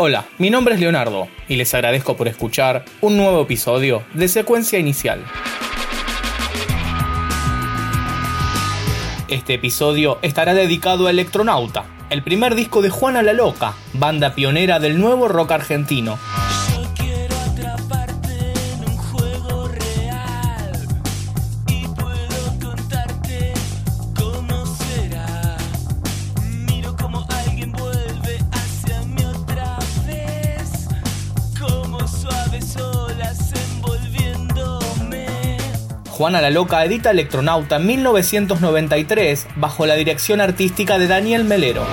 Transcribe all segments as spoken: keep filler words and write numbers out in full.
Hola, mi nombre es Leonardo y les agradezco por escuchar un nuevo episodio de Secuencia Inicial. Este episodio estará dedicado a Electronauta, el primer disco de Juana la Loca, banda pionera del nuevo rock argentino. Juana la Loca edita Electronauta en mil novecientos noventa y tres bajo la dirección artística de Daniel Melero.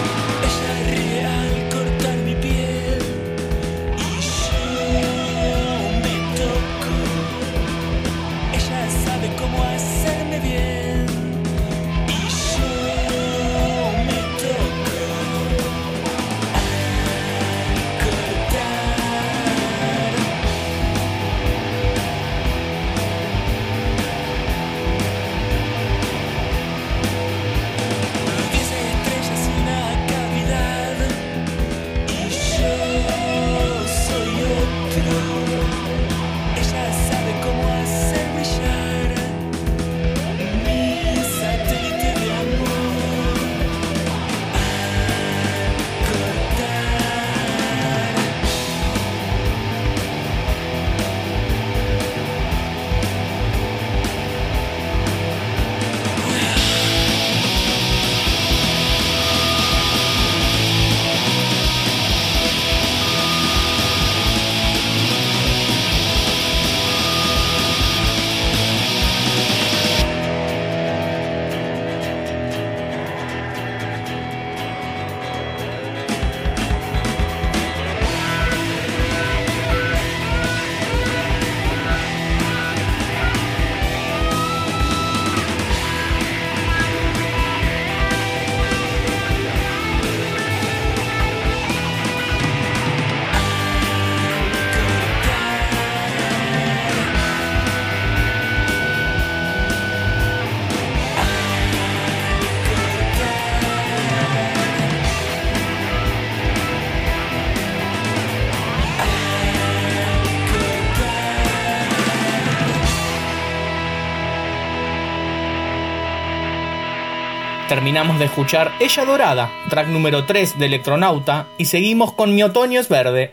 Terminamos de escuchar Ella Dorada, track número tres de Electronauta, y seguimos con Mi Otoño es Verde.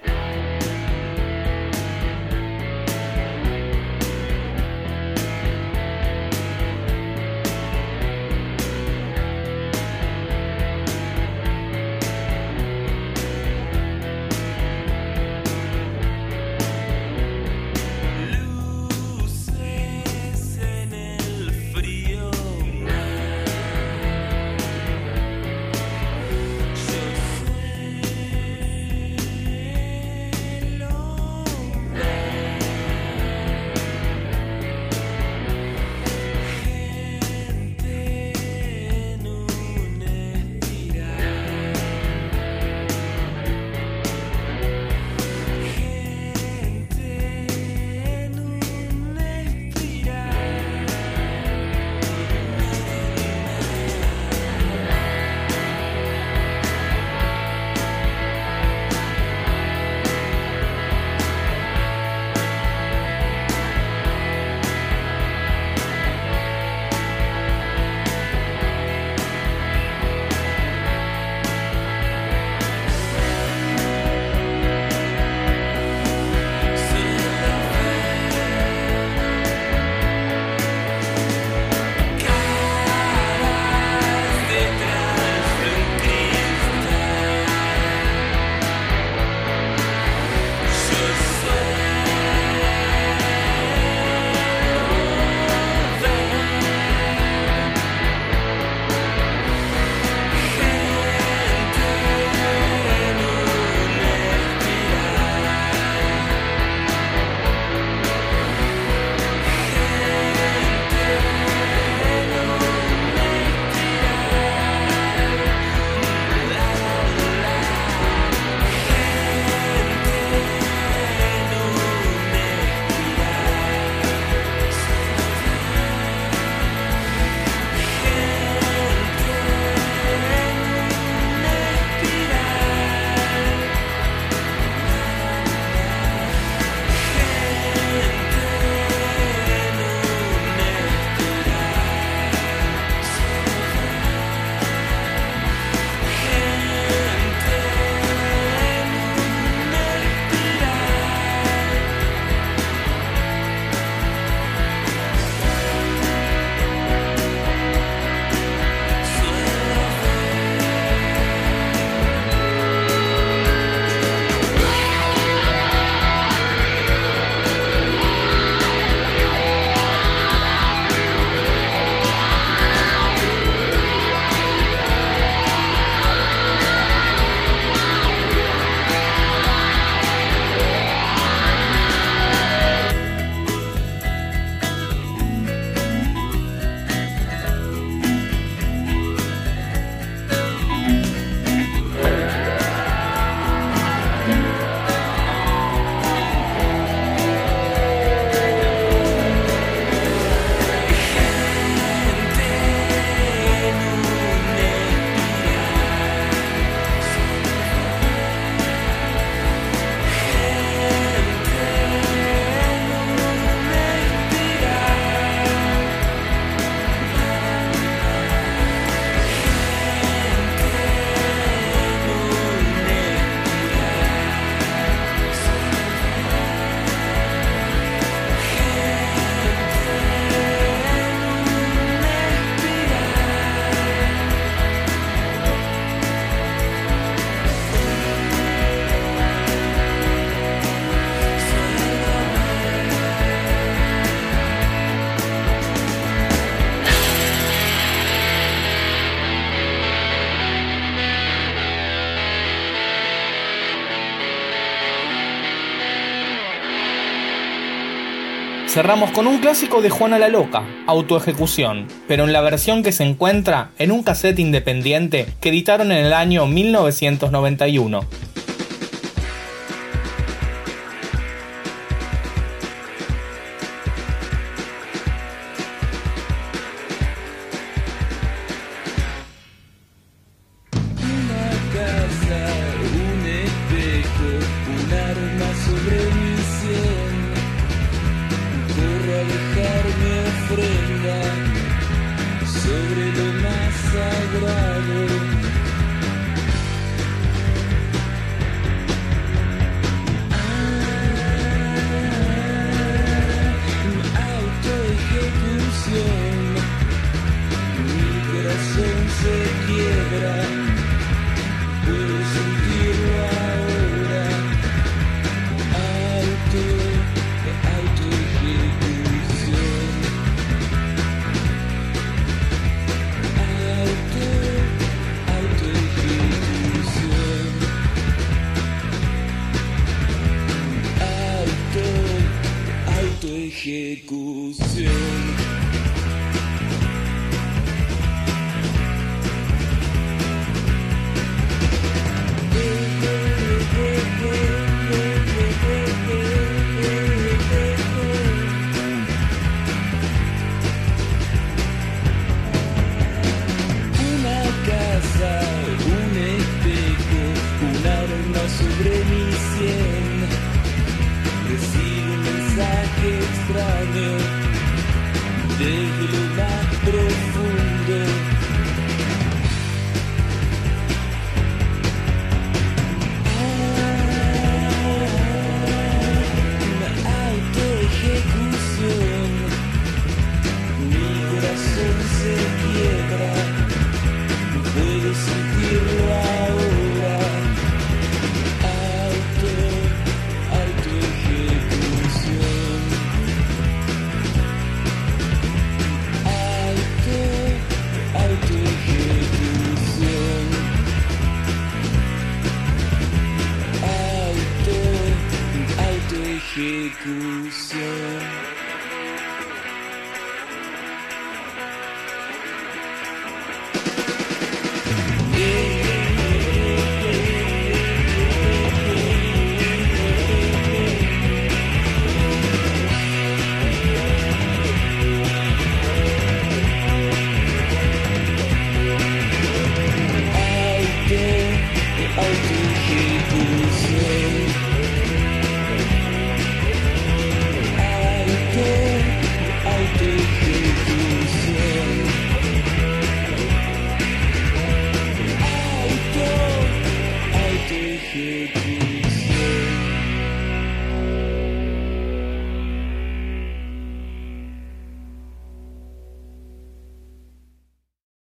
cerramos con un clásico de Juana la Loca, Autoejecución, pero en la versión que se encuentra en un cassette independiente que editaron en el año mil novecientos noventa y uno. Sobre lo más sagrado, ah, autoejecución, mi corazón se quiebra, puedo sentirlo ahora, auto, autoejecución. Ejecución. Una casa, un espejo, un arma sobre mi sien. Recibo un mensaje extraño desde lo más profundo. Ah, una autoejecución. Mi corazón se quiebra, puedo sentirlo ahora. Auto, autoejecución. Auto, autoejecución. Auto, autoejecución.